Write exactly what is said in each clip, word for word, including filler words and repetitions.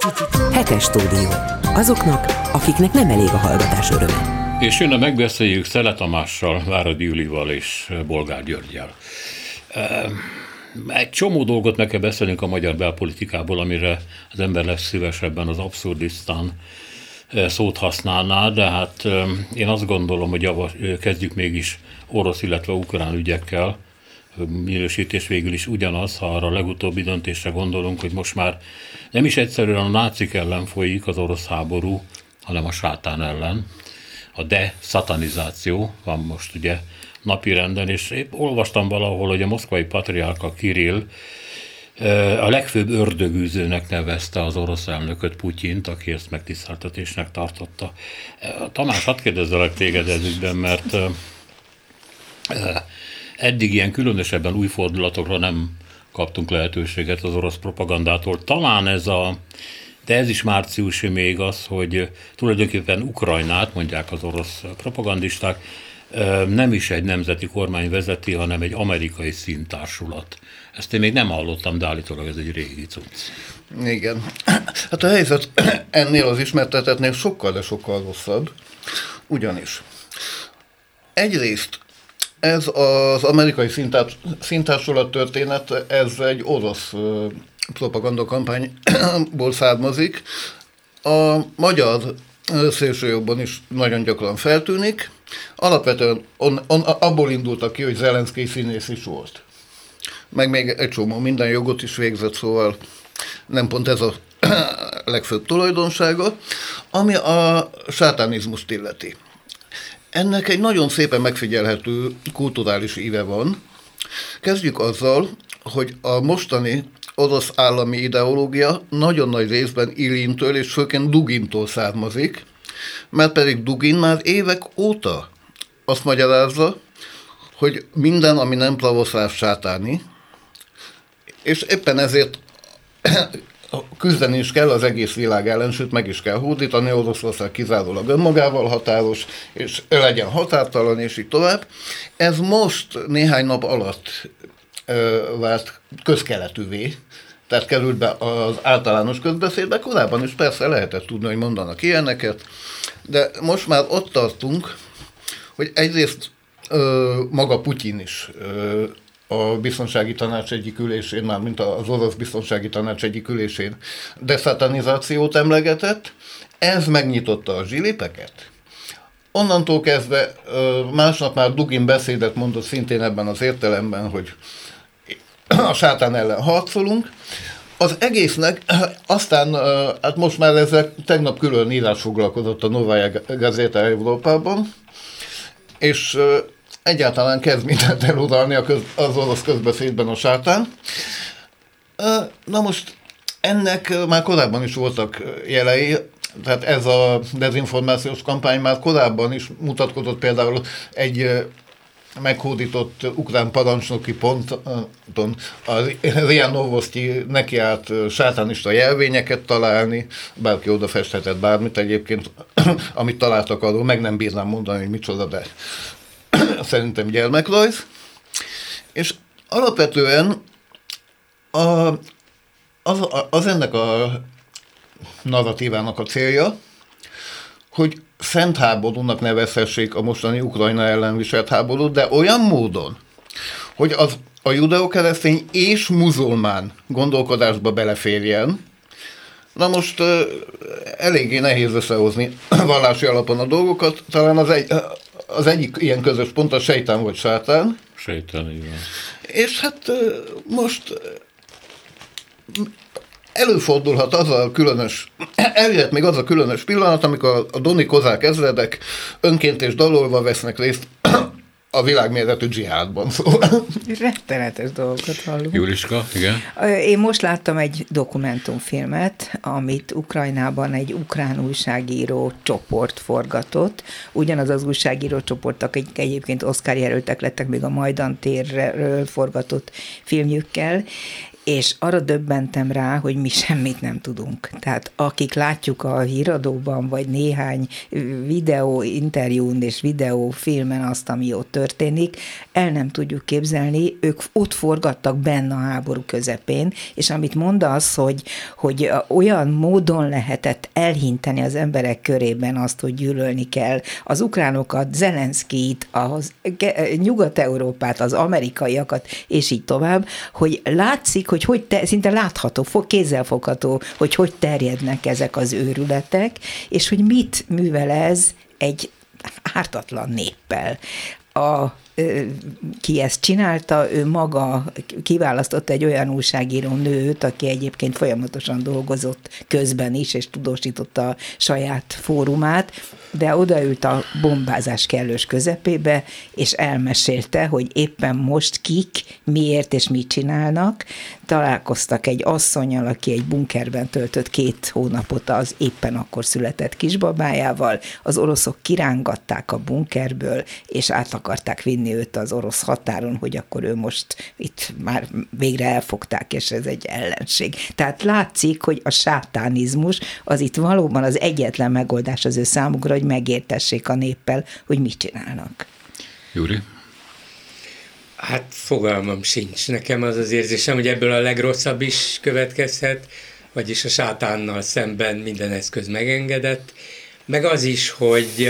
Hetes stúdió. Azoknak, akiknek nem elég a hallgatás öröme. És jönne megbeszéljük Szele Tamással, Váradi Julival és Bolgár Györggyel. Egy csomó dolgot meg kell beszélnünk a magyar belpolitikából, amire az ember legszívesebben az abszurdisztán szót használná, de hát én azt gondolom, hogy javas, kezdjük mégis orosz, illetve ukrán ügyekkel. Minősítés végül is ugyanaz, ha arra a legutóbbi döntésre gondolunk, hogy most már nem is egyszerűen a nácik ellen folyik az orosz háború, hanem a sátán ellen. A de-szatanizáció van most ugye napirenden, és épp olvastam valahol, hogy a moszkvai patriárka Kirill a legfőbb ördögűzőnek nevezte az orosz elnököt, Putyint, aki ezt megtiszteltetésnek tartotta. Tamás, hadd kérdezzelek téged ez ügyben, mert eddig ilyen különösebben új fordulatokra nem kaptunk lehetőséget az orosz propagandától. Talán ez a, de ez is márciusi még az, hogy tulajdonképpen Ukrajnát, mondják az orosz propagandisták, nem is egy nemzeti kormány vezeti, hanem egy amerikai színtársulat. Ezt én még nem hallottam, de állítólag ez egy régi cucc. Igen. Hát a helyzet ennél az ismertetetnél sokkal, de sokkal rosszabb. Ugyanis egyrészt ez az amerikai színtársulat történet, ez egy orosz propagandakampányból származik. A magyar szélsőjobban is nagyon gyakran feltűnik. Alapvetően on, on, abból indultak ki, hogy Zelenszkij színész is volt. Meg még egy csomó minden jogot is végzett, szóval nem pont ez a legfőbb tulajdonsága, ami a sátánizmust illeti. Ennek egy nagyon szépen megfigyelhető kulturális íve van. Kezdjük azzal, hogy a mostani orosz állami ideológia nagyon nagy részben Iljintől és főként Dugintól származik, mert pedig Dugin már évek óta azt magyarázza, hogy minden, ami nem pravoszláv, sátáni, és éppen ezért küzdeni is kell az egész világ ellen, sőt meg is kell hódítani, Oroszország kizárólag önmagával határos, és legyen határtalan, és így tovább. Ez most néhány nap alatt ö, vált közkeletűvé, tehát került be az általános közbeszédbe, korábban is persze lehetett tudni, hogy mondanak ilyeneket, de most már ott tartunk, hogy egyrészt ö, maga Putyin is ö, a biztonsági tanács egyik ülésén, már mint az orosz biztonsági tanács egyik ülésén deszatanizációt emlegetett, ez megnyitotta a zsilipeket. Onnantól kezdve másnap már Dugin beszédet mondott szintén ebben az értelemben, hogy a sátán ellen harcolunk. Az egésznek aztán, hát most már ezzel tegnap külön írás foglalkozott a Novaya Gazeta Európában, és egyáltalán kezd mindent eluralni az orosz közbeszédben a sátán. Na most ennek már korábban is voltak jelei, tehát ez a dezinformációs kampány már korábban is mutatkozott, például egy meghódított ukrán parancsnoki ponton az Ria Novosti nekiállt sátánista jelvényeket találni, bárki oda festhetett bármit egyébként, amit találtak arról, meg nem bírnám mondani, hogy micsoda, de szerintem gyermekrajz. És alapvetően a, az, az ennek a narratívának a célja, hogy szent háborúnak nevezhessék a mostani Ukrajna ellen viselt háborút, de olyan módon, hogy az a judeokeresztény és muzulmán gondolkodásba beleférjen. Na most uh, eléggé nehéz összehozni vallási alapon a dolgokat, talán az, egy, az egyik ilyen közös pont a sejtán vagy sátán. Sejtán, igen. És hát uh, most uh, előfordulhat az a különös, eljöhet még az a különös pillanat, amikor a doni kozák ezredek önként és dalolva vesznek részt a világméretű dzsihádban. Szóval. Rettenetes dolgokat hallunk. Juliska, igen. Én most láttam egy dokumentumfilmet, amit Ukrajnában egy ukrán újságíró csoport forgatott. Ugyanaz az újságíró csoport, akik egyébként Oscar jelöltek lettek még a Majdan térről forgatott filmjükkel, és arra döbbentem rá, hogy mi semmit nem tudunk. Tehát akik látjuk a híradóban, vagy néhány videó interjún és videófilmen azt, ami ott történik, el nem tudjuk képzelni, ők ott forgattak benne a háború közepén, és amit mondasz, hogy, hogy olyan módon lehetett elhinteni az emberek körében azt, hogy gyűlölni kell az ukránokat, Zelenszkijt, az Nyugat-Európát, az amerikaiakat, és így tovább, hogy látszik, hogy, hogy te, szinte látható, kézzelfogható, hogy hogy terjednek ezek az őrületek, és hogy mit művel ez egy ártatlan néppel. A, ki ezt csinálta, ő maga kiválasztotta egy olyan újságíró nőt, aki egyébként folyamatosan dolgozott közben is, és tudósította a saját fórumát, de odaült a bombázás kellős közepébe, és elmesélte, hogy éppen most kik, miért és mit csinálnak. Találkoztak egy asszonnyal, aki egy bunkerben töltött két hónapot az éppen akkor született kisbabájával. Az oroszok kirángatták a bunkerből, és át akarták vinni őt az orosz határon, hogy akkor ő most itt már végre elfogták, és ez egy ellenség. Tehát látszik, hogy a sátánizmus az itt valóban az egyetlen megoldás az ő számukra, hogy megértessék a néppel, hogy mit csinálnak. Gyuri? Hát fogalmam sincs. Nekem az az érzésem, hogy ebből a legrosszabb is következhet, vagyis a sátánnal szemben minden eszköz megengedett, meg az is, hogy,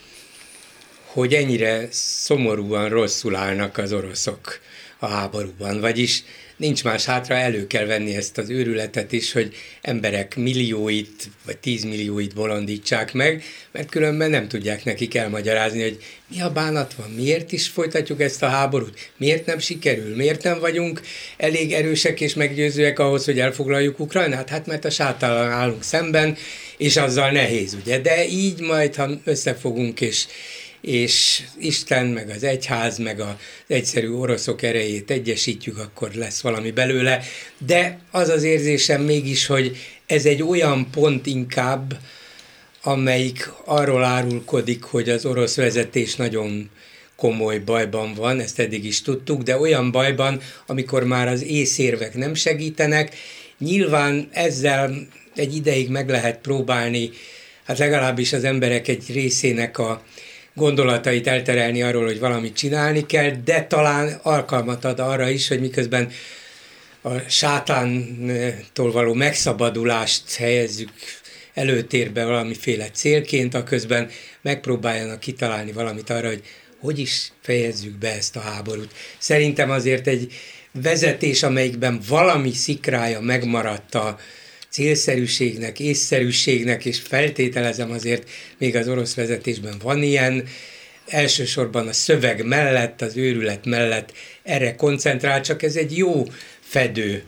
hogy ennyire szomorúan rosszul állnak az oroszok a háborúban, vagyis nincs más hátra, elő kell venni ezt az őrületet is, hogy emberek millióit vagy tízmillióit bolondítsák meg, mert különben nem tudják nekik elmagyarázni, hogy mi a bánat van, miért is folytatjuk ezt a háborút, miért nem sikerül, miért nem vagyunk elég erősek és meggyőzőek ahhoz, hogy elfoglaljuk Ukrajnát, hát mert a sátánnal állunk szemben, és azzal nehéz, ugye, de így majd, ha összefogunk és és Isten, meg az egyház, meg az egyszerű oroszok erejét egyesítjük, akkor lesz valami belőle. De az az érzésem mégis, hogy ez egy olyan pont inkább, amelyik arról árulkodik, hogy az orosz vezetés nagyon komoly bajban van, ezt eddig is tudtuk, de olyan bajban, amikor már az észérvek nem segítenek. Nyilván ezzel egy ideig meg lehet próbálni, hát legalábbis az emberek egy részének a gondolatait elterelni arról, hogy valamit csinálni kell, de talán alkalmat ad arra is, hogy miközben a sátántól való megszabadulást helyezzük előtérbe valamiféle célként, aközben megpróbáljanak kitalálni valamit arra, hogy hogy is fejezzük be ezt a háborút. Szerintem azért egy vezetés, amelyikben valami szikrája megmaradt a célszerűségnek, észszerűségnek, és feltételezem azért még az orosz vezetésben van ilyen, elsősorban a szöveg mellett, az őrület mellett erre koncentrál, csak ez egy jó fedő,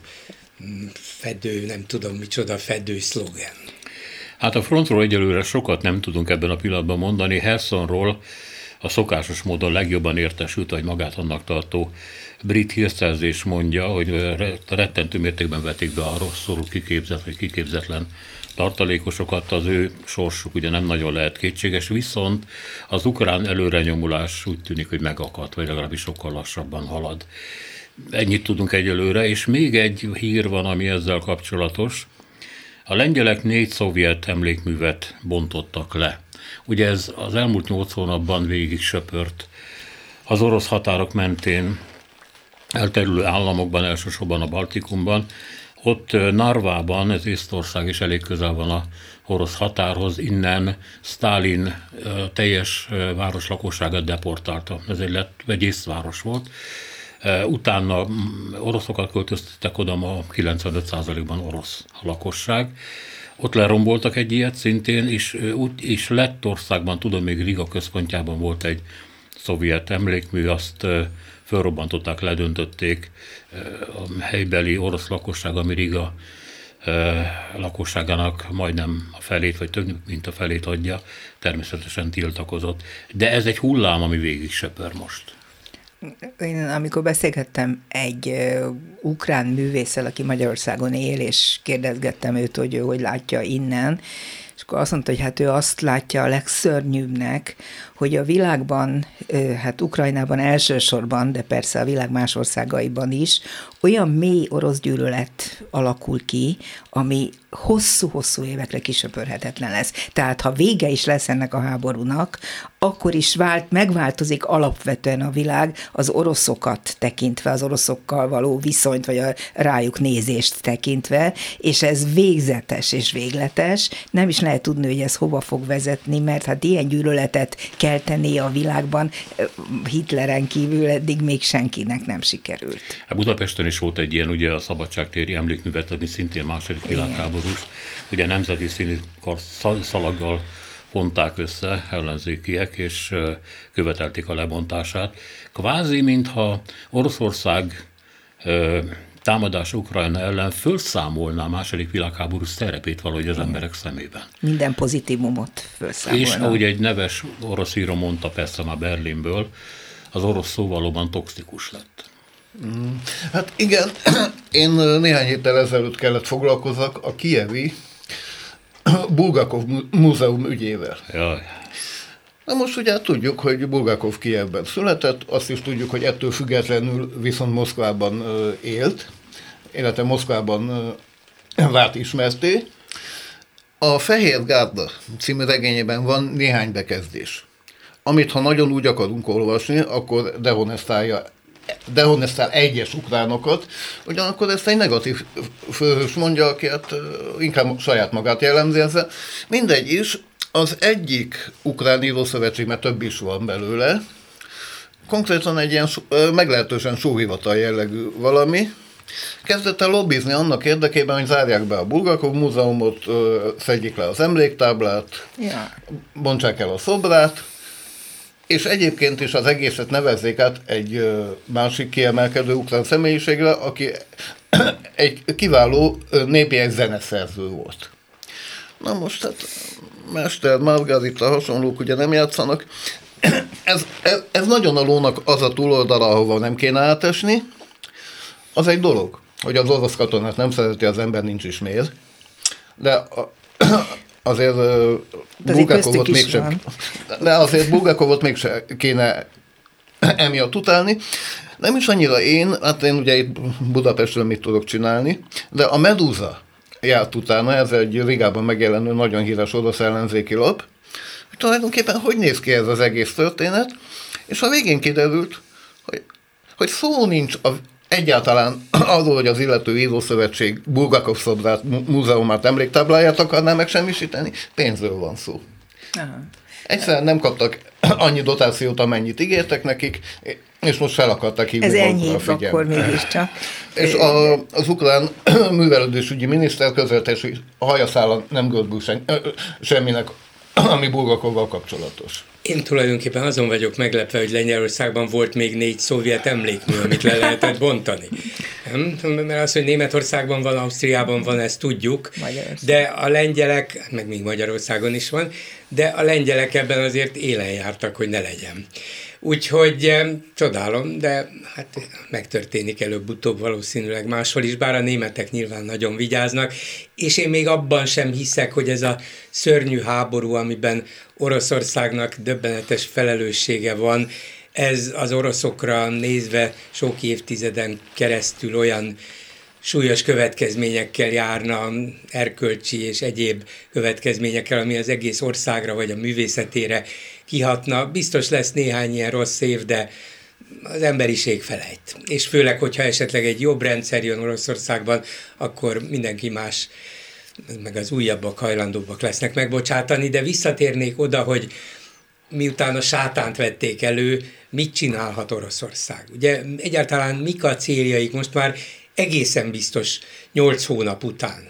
fedő, nem tudom micsoda, fedő szlogen. Hát a frontról egyelőre sokat nem tudunk ebben a pillanatban mondani. Hersonról a szokásos módon legjobban értesült, vagy magát annak tartó brit hírszerzés mondja, hogy rettentő mértékben vetik be a rosszul kiképzett vagy kiképzetlen tartalékosokat, az ő sorsuk ugye nem nagyon lehet kétséges, viszont az ukrán előrenyomulás úgy tűnik, hogy megakadt, vagy legalábbis sokkal lassabban halad. Ennyit tudunk egyelőre, és még egy hír van, ami ezzel kapcsolatos. A lengyelek négy szovjet emlékművet bontottak le. Ugye ez az elmúlt nyolc hónapban végig söpört az orosz határok mentén elterülő államokban, elsősorban a Baltikumban. Ott Narvában, ez Észtország is elég közel van a orosz határhoz, innen Sztálin teljes város lakosságát deportálta. Ez egy lett vegyészváros volt. Utána oroszokat költöztettek oda, ma kilencvenöt százalékban orosz a lakosság. Ott leromboltak egy ilyet szintén, és, és Lettországban, tudom, még Riga központjában volt egy szovjet emlékmű, azt fölrobbantották, ledöntötték. A helybeli orosz lakosság, ami Riga lakosságának majdnem a felét, vagy több mint a felét adja, természetesen tiltakozott. De ez egy hullám, ami végig söpör most. Én amikor beszélgettem egy uh, ukrán művésszel, aki Magyarországon él, és kérdezgettem őt, hogy ő hogy látja innen, és akkor azt mondta, hogy hát ő azt látja a legszörnyűbbnek, hogy a világban, hát Ukrajnában elsősorban, de persze a világ más országaiban is, olyan mély orosz gyűlölet alakul ki, ami hosszú-hosszú évekre kisöpörhetetlen lesz. Tehát ha vége is lesz ennek a háborúnak, akkor is vált, megváltozik alapvetően a világ az oroszokat tekintve, az oroszokkal való viszonyt, vagy a rájuk nézést tekintve, és ez végzetes és végletes. Nem is lehet tudni, hogy ez hova fog vezetni, mert hát ilyen gyűlöletet kelteni a világban Hitleren kívül eddig még senkinek nem sikerült. Hát Budapesten is volt egy ilyen, ugye a szabadságtéri emlékművet, ami szintén második világháborús, ugye nemzeti színű szalaggal vonták össze ellenzékiek, és követelték a lebontását. Kvázi, mintha Oroszország támadás Ukrajna ellen fölszámolná a második világháború szerepét valahogy az emberek szemében. Minden pozitívumot fölszámolna. És ahogy egy neves orosz író mondta, persze már Berlinből, az orosz szó valóban toxikus lett. Mm. Hát igen, én néhány héttel ezelőtt kellett foglalkozzak a kijevi Bulgakov múzeum ügyével. Jaj. Na most ugye tudjuk, hogy Bulgakov Kijevben született, azt is tudjuk, hogy ettől függetlenül viszont Moszkvában élt, illetve Moszkvában vált ismerté. A Fehér Gárda című regényében van néhány bekezdés, amit ha nagyon úgy akarunk olvasni, akkor dehonestálja dehonestál egyes ukránokat, ugyanakkor ezt egy negatív főhős mondja, aki hát inkább saját magát jellemzi ezzel. Mindegy is, az egyik ukrán írószövetség, mert több is van belőle, konkrétan egy ilyen meglehetősen sóhivatal jellegű valami, kezdett el lobbizni annak érdekében, hogy zárják be a Bulgakov múzeumot, szedjék le az emléktáblát, ja. bontsák el a szobrát, és egyébként is az egészet nevezzék át egy másik kiemelkedő ukrán személyiségre, aki egy kiváló népjegy zeneszerző volt. Na most hát Mester, Margarita, hasonlók ugye nem játszanak. Ez, ez, ez nagyon a lónak az a túloldala, ahova nem kéne átesni. Az egy dolog, hogy az orosz katonát nem szereti az ember, nincs is miért. De a, azért Bulgakovot mégsem, de azért Bulgakovot mégsem kéne emiatt utálni. Nem is annyira én, hát én ugye itt Budapestről mit tudok csinálni, de a Medúza járt utána, ez egy Rigában megjelenő nagyon híres orosz ellenzéki lap, hogy tulajdonképpen hogy néz ki ez az egész történet, és a végén kiderült, hogy, hogy szó nincs a, egyáltalán arról, hogy az illető írószövetség Bulgakov szobrát, múzeumát, emléktábláját akarná megsemmisíteni, pénzről van szó. Aha. Egyszerűen nem kaptak annyi dotációt, amennyit ígértek nekik, és most fel akarták hívni ez ennyi, akkor mégiscsak. És a, az ukrán művelődésügyi miniszter közölte, hogy a hajaszála nem görbül sem, semminek, ami Bulgakovval kapcsolatos. Én tulajdonképpen azon vagyok meglepve, hogy Lengyelországban volt még négy szovjet emlékmű, amit le lehetett bontani. Nem? Mert az, hogy Németországban van, Ausztriában van, ezt tudjuk, de a lengyelek, meg még Magyarországon is van, de a lengyelek ebben azért élen jártak, hogy ne legyen. Úgyhogy eh, csodálom, de hát megtörténik előbb-utóbb valószínűleg máshol is, bár a németek nyilván nagyon vigyáznak, és én még abban sem hiszek, hogy ez a szörnyű háború, amiben Oroszországnak döbbenetes felelőssége van, ez az oroszokra nézve sok évtizeden keresztül olyan súlyos következményekkel járna, erkölcsi és egyéb következményekkel, ami az egész országra vagy a művészetére kihatna. Biztos lesz néhány ilyen rossz év, de az emberiség felejt. És főleg, hogyha esetleg egy jobb rendszer jön Oroszországban, akkor mindenki más, meg az újabbak hajlandóbbak lesznek megbocsátani, de visszatérnék oda, hogy miután a sátánt vették elő, mit csinálhat Oroszország? Ugye egyáltalán mik a céljaik most már egészen biztos nyolc hónap után,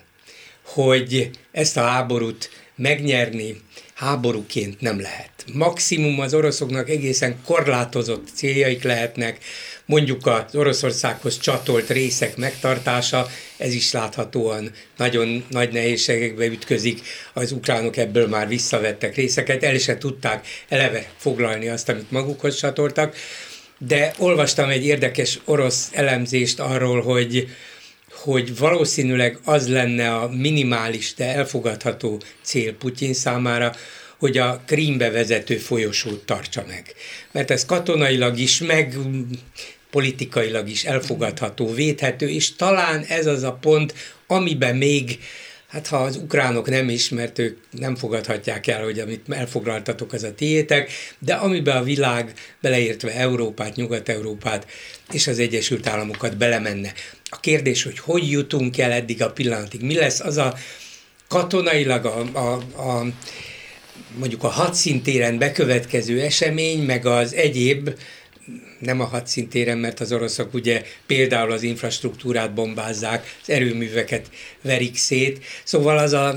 hogy ezt a háborút megnyerni háborúként nem lehet. Maximum az oroszoknak egészen korlátozott céljaik lehetnek, mondjuk az Oroszországhoz csatolt részek megtartása, ez is láthatóan nagyon nagy nehézségekbe ütközik, az ukránok ebből már visszavettek részeket, el se tudták eleve foglalni azt, amit magukhoz csatoltak, de olvastam egy érdekes orosz elemzést arról, hogy, hogy valószínűleg az lenne a minimális, de elfogadható cél Putyin számára, hogy a Krímbe vezető folyosót tartsa meg. Mert ez katonailag is, meg politikailag is elfogadható, védhető, és talán ez az a pont, amiben még, hát ha az ukránok nem is, mert ők nem fogadhatják el, hogy amit elfoglaltatok, az a tiétek, de amiben a világ, beleértve Európát, Nyugat-Európát és az Egyesült Államokat belemenne. A kérdés, hogy hogy jutunk el eddig a pillanatig, mi lesz az a katonailag a, a, a mondjuk a hadszintéren bekövetkező esemény, meg az egyéb, nem a hadszintéren, mert az oroszok ugye például az infrastruktúrát bombázzák, az erőműveket verik szét. Szóval az a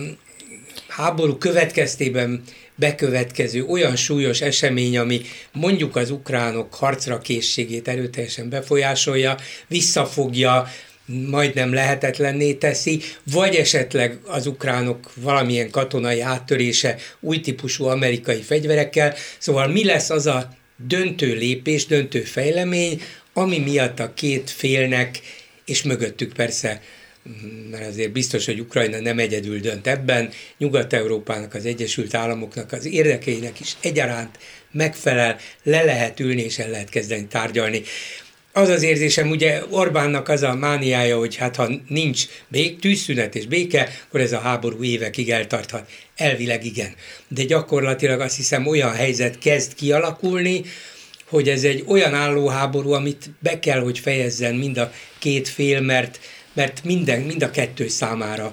háború következtében bekövetkező olyan súlyos esemény, ami mondjuk az ukránok harcra készségét erőteljesen befolyásolja, visszafogja, majdnem lehetetlenné teszi, vagy esetleg az ukránok valamilyen katonai áttörése új típusú amerikai fegyverekkel. Szóval mi lesz az a döntő lépés, döntő fejlemény, ami miatt a két félnek, és mögöttük persze, mert azért biztos, hogy Ukrajna nem egyedül dönt ebben, Nyugat-Európának, az Egyesült Államoknak, az érdekeinek is egyaránt megfelel, le lehet ülni és el lehet kezdeni tárgyalni. Az az érzésem, ugye Orbánnak az a mániája, hogy hát ha nincs bék, tűzszünet és béke, akkor ez a háború évekig eltarthat. Elvileg igen. De gyakorlatilag azt hiszem olyan helyzet kezd kialakulni, hogy ez egy olyan állóháború, amit be kell, hogy fejezzen mind a két fél, mert, mert minden, mind a kettő számára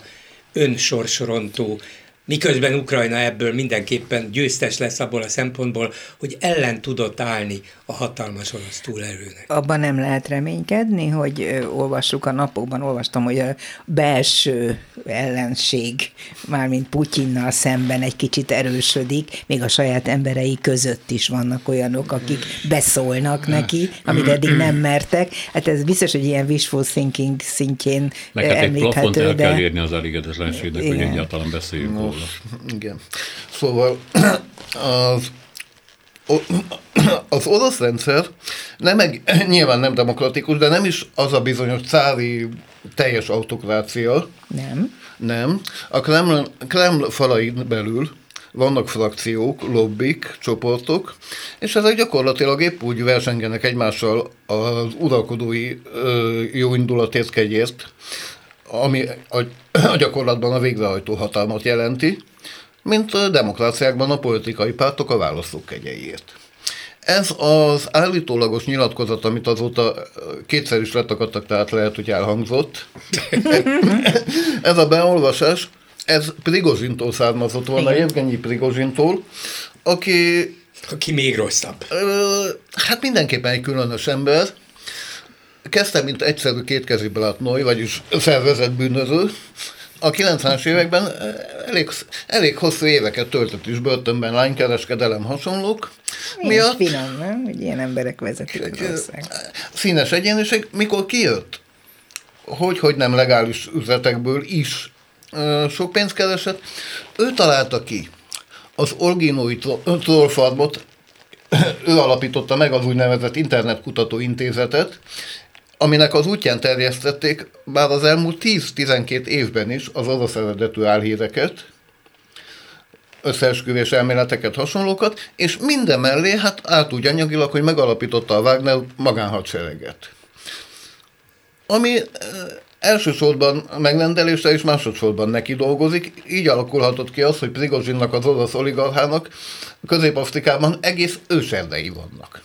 önsorsrontó. Miközben Ukrajna ebből mindenképpen győztes lesz abból a szempontból, hogy ellen tudott állni a hatalmas orosz túlerőnek. Abban nem lehet reménykedni, hogy ö, olvassuk a napokban, olvastam, hogy a belső ellenség, mármint Putyinnal szemben egy kicsit erősödik, még a saját emberei között is vannak olyanok, akik beszólnak neki, amit eddig nem mertek. Hát ez biztos, hogy ilyen wishful thinking szintjén meg hát egy plafont el de... kell érni az elégedetlenségnek, hogy egyáltalán beszéljünk róla. Igen. Szóval az, az orosz rendszer nem egy, nyilván nem demokratikus, de nem is az a bizonyos cári teljes autokrácia. Nem. Nem. A Kreml, Kreml falain belül vannak frakciók, lobbik, csoportok, és ezek gyakorlatilag épp úgy versengenek egymással az uralkodói ö, jóindulatért kegyért, ami a, a gyakorlatban a végrehajtó hatalmat jelenti, mint a demokráciákban a politikai pártok a választók kegyeiért. Ez az állítólagos nyilatkozat, amit azóta kétszer is letakadtak, tehát lehet, hogy elhangzott. Ez a beolvasás, ez Prigozsintól származott volna, Jevgenyi Prigozsintól, aki... Aki még rosszabb. Hát mindenképpen egy különös ember. Kezdte, mint egyszerű kétkezi bratnói, vagyis szervezett bűnöző. A kilencvenes években elég, elég hosszú éveket töltött is börtönben, lánykereskedelem, hasonlók. Milyen miatt, finom, nem? Hogy ilyen emberek vezetik az ország. Színes egyéniség, mikor kijött, hogy, hogy nem legális üzletekből is sok pénzt keresett, ő találta ki az Orginói Trollfarmot, ő alapította meg az úgynevezett Internetkutató Intézetet, aminek az útján terjesztették bár az elmúlt tíz-tizenkét évben is az orosz eredetű álhíreket, összeesküvés elméleteket, hasonlókat, és minden mellé hát állt úgy anyagilag, hogy megalapította a Wagner magánhadsereget. Ami elsősorban megrendelésre és másodszorban neki dolgozik, így alakulhatott ki az, hogy Prigozsinnak, az orosz oligarchának Közép-Afrikában egész őserdei vannak.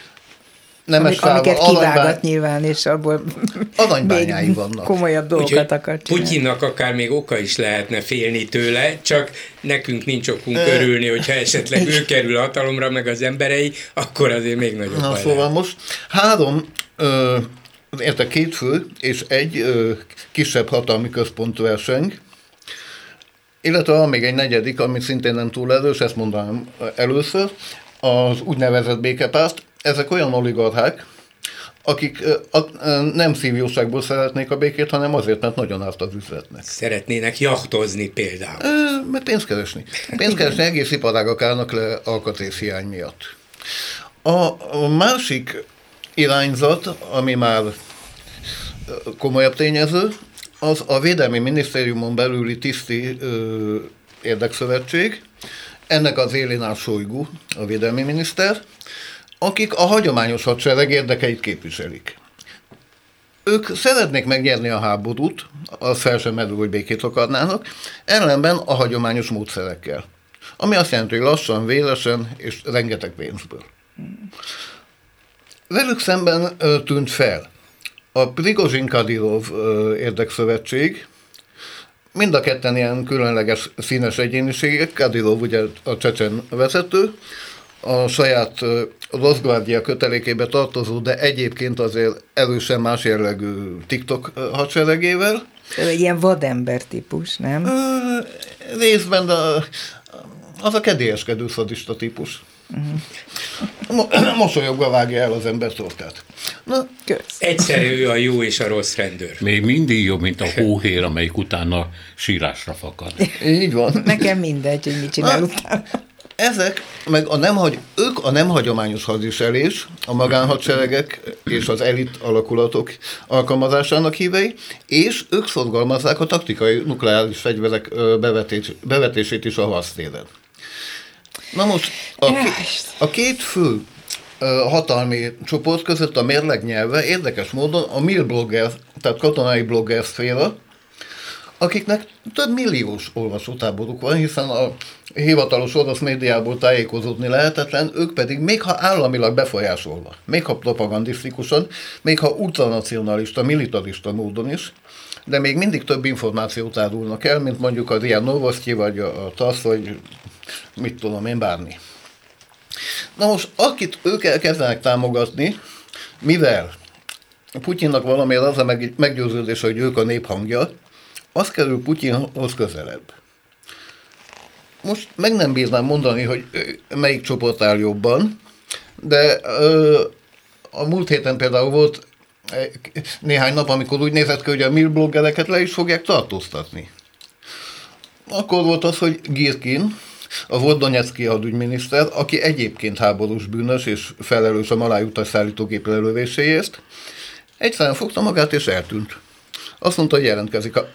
Amik, amiket kivágat aranybány... nyilván, és abból aranybányái vannak. Komolyabb dolgokat akar csinálni. Putyinnak akár még oka is lehetne félni tőle, csak nekünk nincs okunk örülni, hogyha esetleg ő kerül a hatalomra, meg az emberei, akkor azért még nagyobb. Na, szóval lehet. Most három, ö, érte két fő és egy ö, kisebb hatalmi központ verseng, illetve van még egy negyedik, ami szintén nem túl erős, ezt mondanám először, az úgynevezett békepárt. Ezek olyan oligarchák, akik a, a, nem szívjóságból szeretnék a békét, hanem azért, mert nagyon árt az üzletnek. Szeretnének jachtozni például. E, mert pénzt keresni. Pénzt keresni egész iparágak állnak le alkatrészhiány miatt. A, a másik irányzat, ami már komolyabb tényező, az a Védelmi Minisztériumon belüli tiszti ö, érdekszövetség, ennek az élén áll Sojgu, a védelmi miniszter, akik a hagyományos hadsereg érdekeit képviselik. Ők szeretnék megnyerni a háborút, az fel sem merül, hogy békét akarnának, ellenben a hagyományos módszerekkel. Ami azt jelenti, hogy lassan, véresen és rengeteg pénzből. Velük szemben ö, tűnt fel a Prigozsin-Kadyrov ö, érdekszövetség, mind a ketten ilyen különleges színes egyéniségek, Kadyrov ugye a csecsen vezető, a saját Rosgvardia kötelékébe tartozó, de egyébként azért erősen más jellegű TikTok hadseregével. Egy ilyen vadember típus, nem? Ö, részben, de az a kedélyeskedő szadista típus. Uh-huh. Mosolyogva vágja el az ember torkát. Na, egyszerű ő a jó és a rossz rendőr. Még mindig jobb, mint a hóhér, amelyik utána sírásra fakad. Így van. Nekem mindegy, hogy mit csinál utána. Ezek, meg a nem hagy, ők a nem hagyományos hadviselés, a magánhadseregek és az elit alakulatok alkalmazásának hívei, és ők szorgalmazzák a taktikai nukleáris fegyverek bevetés, bevetését is a harctéren. Na most a, a két fő hatalmi csoport között a mérleg nyelve érdekes módon a milblogger, tehát katonai blogger szféra, akiknek több milliós olvasótáboruk van, hiszen a hivatalos orosz médiából tájékozódni lehetetlen, ők pedig még ha államilag befolyásolva, még ha propagandisztikusan, még ha ultranacionalista, militarista módon is, de még mindig több információt árulnak el, mint mondjuk a RIA Novosti, vagy a TASZ, vagy mit tudom én, bármi. Na most, akit ők elkezdenek támogatni, mivel Putyinnak valamiért az a meggyőződés, hogy ők a nép hangja, az kerül Putyinhoz közelebb. Most meg nem bírnám mondani, hogy melyik csoport áll jobban, de ö, a múlt héten például volt néhány nap, amikor úgy nézett ki, hogy a milbloggereket le is fogják tartóztatni. Akkor volt az, hogy Girkin, a volt Donetszki hadügyminiszter, aki egyébként háborús bűnös és felelős a maláj utasszállítógép lelövéséért, egyszerűen fogta magát és eltűnt. Azt mondta, hogy jelentkezik a...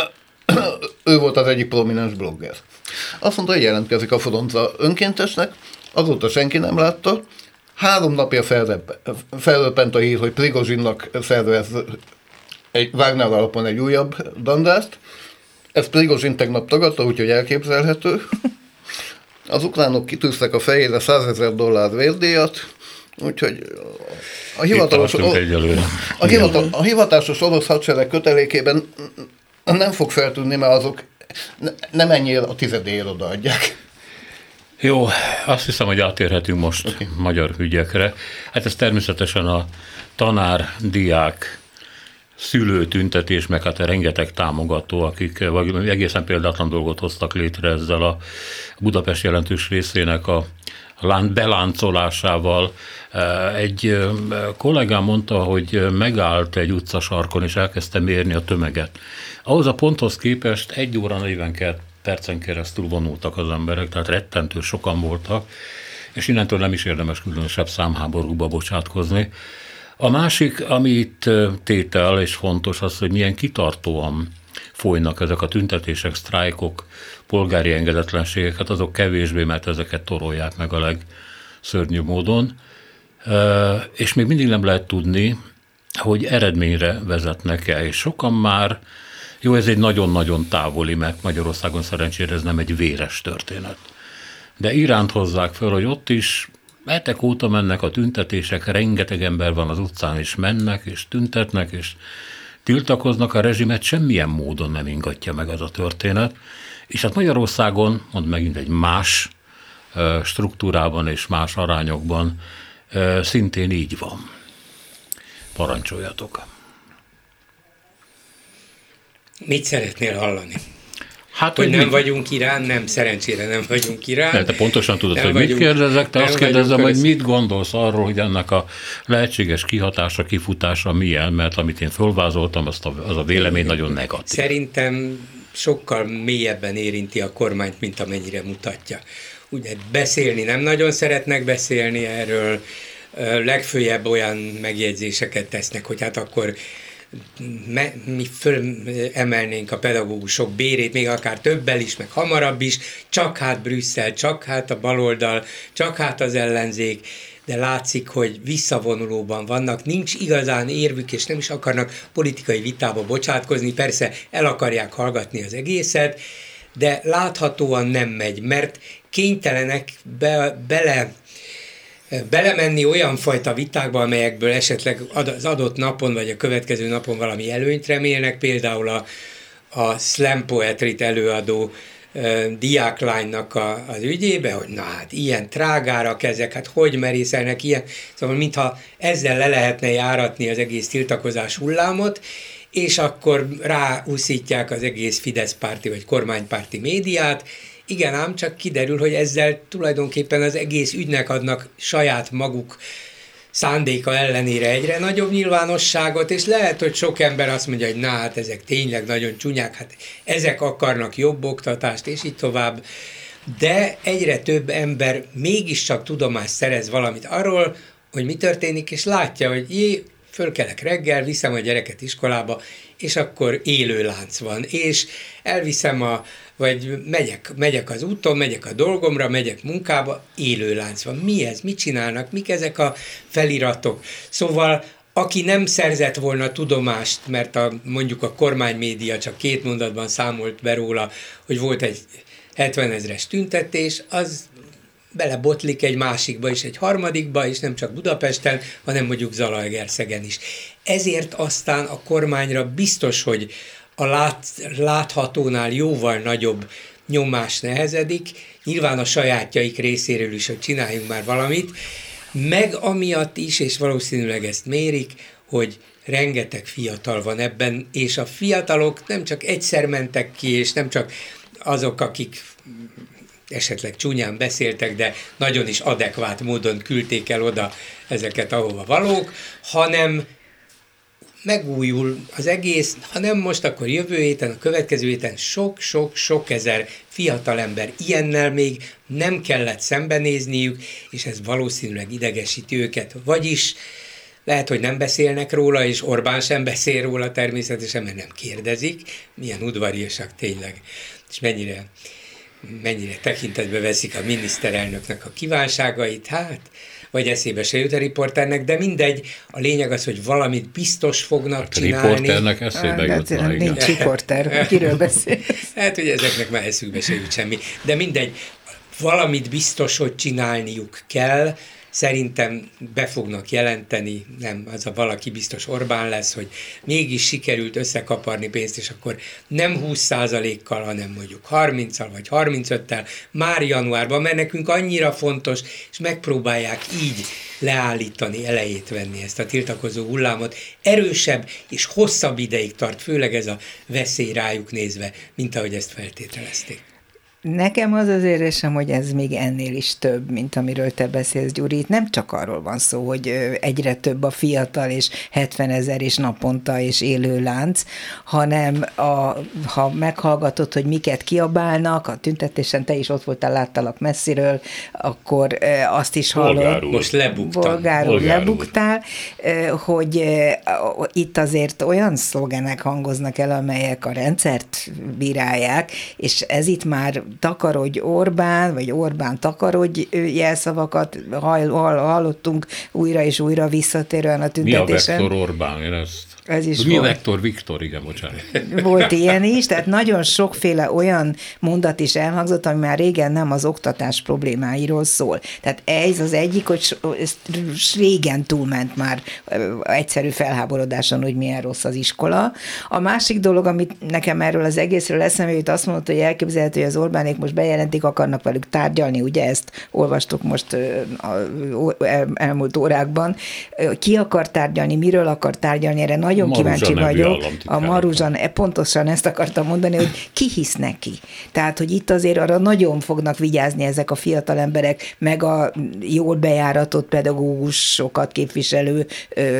ő volt az egyik prominens blogger. Azt mondta, hogy jelentkezik a frontra önkéntesnek, azóta senki nem látta. Három napja felröppent a hír, hogy Prigozsinnak szervez egy Wagner alapon egy újabb dandást. Ezt Prigozsin tegnap tagadta, úgyhogy elképzelhető. Az ukránok kitűztek a fejére százezer dollár vérdíjat, úgyhogy a hivatalos, o, a, hivatal, a hivatásos orosz hadsereg kötelékében nem fog feltűnni, mert azok ne, nem ennyire a tizedéért odaadják. Jó, azt hiszem, hogy átérhetünk most okay. magyar ügyekre. Hát ez természetesen a tanár, diák, szülő tüntetés, meg hát rengeteg támogató, akik egészen példátlan dolgot hoztak létre ezzel a Budapest jelentős részének a beláncolásával. Egy kollégám mondta, hogy megállt egy utcasarkon, és elkezdte mérni a tömeget. Ahhoz a ponthoz képest egy óra negyvenkét percen keresztül vonultak az emberek, tehát rettentő sokan voltak, és innentől nem is érdemes különösebb számháborúba bocsátkozni. A másik, ami itt tétel és fontos, az, hogy milyen kitartóan folynak ezek a tüntetések, sztrájkok, polgári engedetlenségek, hát azok kevésbé, mert ezeket torolják meg a legszörnyűbb módon, és még mindig nem lehet tudni, hogy eredményre vezetnek-e, és sokan már, jó, ez egy nagyon-nagyon távoli, mert Magyarországon szerencsére ez nem egy véres történet, de Iránt hozzák fel, hogy ott is hetek óta mennek a tüntetések, rengeteg ember van az utcán, és mennek, és tüntetnek, és tiltakoznak, a rezsimet semmilyen módon nem ingatja meg az a történet, és hát Magyarországon, mond megint egy más struktúrában és más arányokban szintén így van. Parancsoljatok! Mit szeretnél hallani? Hát, hogy, hogy nem mit? vagyunk Irán, nem, szerencsére nem vagyunk Irán. Te pontosan tudod, nem hogy vagyunk, mit kérdezek, te azt kérdezem, hogy az... mit gondolsz arról, hogy ennek a lehetséges kihatása, kifutása milyen, mert amit én fölvázoltam, azt a, az a vélemény nagyon negatív. Szerintem sokkal mélyebben érinti a kormányt, mint amennyire mutatja. Ugye beszélni nem nagyon szeretnek beszélni erről, legfőjebb olyan megjegyzéseket tesznek, hogy hát akkor mi fölemelnénk a pedagógusok bérét, még akár többel is, meg hamarabb is, csak hát Brüsszel, csak hát a baloldal, csak hát az ellenzék, de látszik, hogy visszavonulóban vannak, nincs igazán érvük, és nem is akarnak politikai vitába bocsátkozni, persze el akarják hallgatni az egészet, de láthatóan nem megy, mert kénytelenek be, bele belemenni olyan fajta vitákba, amelyekből esetleg az adott napon, vagy a következő napon valami előnyt remélnek, például a, a slam poetryt előadó uh, diáklánynak a, az ügyébe, hogy na hát ilyen trágárak ezek, hát hogy merészelnek ilyen, szóval mintha ezzel le lehetne járatni az egész tiltakozás hullámot, és akkor ráúszítják az egész Fidesz párti vagy kormánypárti médiát. Igen, ám csak kiderül, hogy ezzel tulajdonképpen az egész ügynek adnak saját maguk szándéka ellenére egyre nagyobb nyilvánosságot, és lehet, hogy sok ember azt mondja, hogy na hát ezek tényleg nagyon csúnyák, hát ezek akarnak jobb oktatást, és így tovább. De egyre több ember mégiscsak tudomást szerez valamit arról, hogy mi történik, és látja, hogy jé, fölkelek reggel, viszem a gyereket iskolába, és akkor élő lánc van, és elviszem a, vagy megyek, megyek az úton, megyek a dolgomra, megyek munkába, élő lánc van. Mi ez? Mit csinálnak? Mik ezek a feliratok? Szóval aki nem szerzett volna tudomást, mert a, mondjuk a kormánymédia csak két mondatban számolt be róla, hogy volt egy hetvenezres tüntetés, az belebotlik egy másikba is, egy harmadikba, és nem csak Budapesten, hanem mondjuk Zalaegerszegen is. Ezért aztán a kormányra biztos, hogy a lát, láthatónál jóval nagyobb nyomás nehezedik, nyilván a sajátjaik részéről is, hogy csináljunk már valamit, meg amiatt is, és valószínűleg ezt mérik, hogy rengeteg fiatal van ebben, és a fiatalok nem csak egyszer mentek ki, és nem csak azok, akik esetleg csúnyán beszéltek, de nagyon is adekvát módon küldték el oda ezeket, ahova valók, hanem megújul az egész, ha nem most, akkor jövő héten, a következő héten sok-sok-sok ezer fiatalember ilyennel még nem kellett szembenézniük, és ez valószínűleg idegesíti őket. Vagyis lehet, hogy nem beszélnek róla, és Orbán sem beszél róla természetesen, mert nem kérdezik, milyen udvariasak tényleg, és mennyire mennyire tekintetbe veszik a miniszterelnöknek a kívánságait, hát, vagy eszébe se jut a riporternek, de mindegy, a lényeg az, hogy valamit biztos fognak hát csinálni. A riporternek eszébe jutna, igen. Nincs riporter, kiről beszél. Hát, hogy ezeknek már eszükbe se jut semmi. De mindegy, valamit biztos, hogy csinálniuk kell, szerintem be fognak jelenteni, nem, az a valaki biztos Orbán lesz, hogy mégis sikerült összekaparni pénzt, és akkor nem húsz százalékkal, hanem mondjuk harminccal vagy harmincöttel már januárban, mert nekünk annyira fontos, és megpróbálják így leállítani, elejét venni ezt a tiltakozó hullámot. Erősebb és hosszabb ideig tart, főleg ez a veszély rájuk nézve, mint ahogy ezt feltételezték. Nekem az az érzésem, hogy ez még ennél is több, mint amiről te beszélsz, Gyuri. Itt nem csak arról van szó, hogy egyre több a fiatal, és hetvenezer és naponta, és élő lánc, hanem a, ha meghallgatod, hogy miket kiabálnak, a tüntetésen te is ott voltál, láttalak messziről, akkor azt is hallod. Bolgárul. Most lebuktam. Bolgárul, Bolgárul lebuktál, hogy itt azért olyan szlogenek hangoznak el, amelyek a rendszert bírálják, és ez itt már takarodj Orbán, vagy Orbán takarodj jelszavakat hall, hall, hallottunk újra és újra visszatérően a tüntetésen. Mi a Vektor Orbán? Én ezt... Ez is Mi a volt. Vektor Viktor? Igen, bocsánat. Volt ilyen is, tehát nagyon sokféle olyan mondat is elhangzott, ami már régen nem az oktatás problémáiról szól. Tehát ez az egyik, hogy régen túlment már egyszerű felháborodáson, hogy milyen rossz az iskola. A másik dolog, amit nekem erről az egészről eszembe jut, azt mondta, hogy elképzelhető, hogy az Orbánék most bejelentik, akarnak velük tárgyalni, ugye ezt olvastuk most az elmúlt órákban. Ki akar tárgyalni, miről akar tárgyalni, erre nagyon Nagyon Maruzsa kíváncsi vagyok. A Maruzsa, van. pontosan ezt akartam mondani, hogy ki hisz neki. Tehát, hogy itt azért arra nagyon fognak vigyázni ezek a fiatal emberek, meg a jól bejáratott pedagógusokat képviselő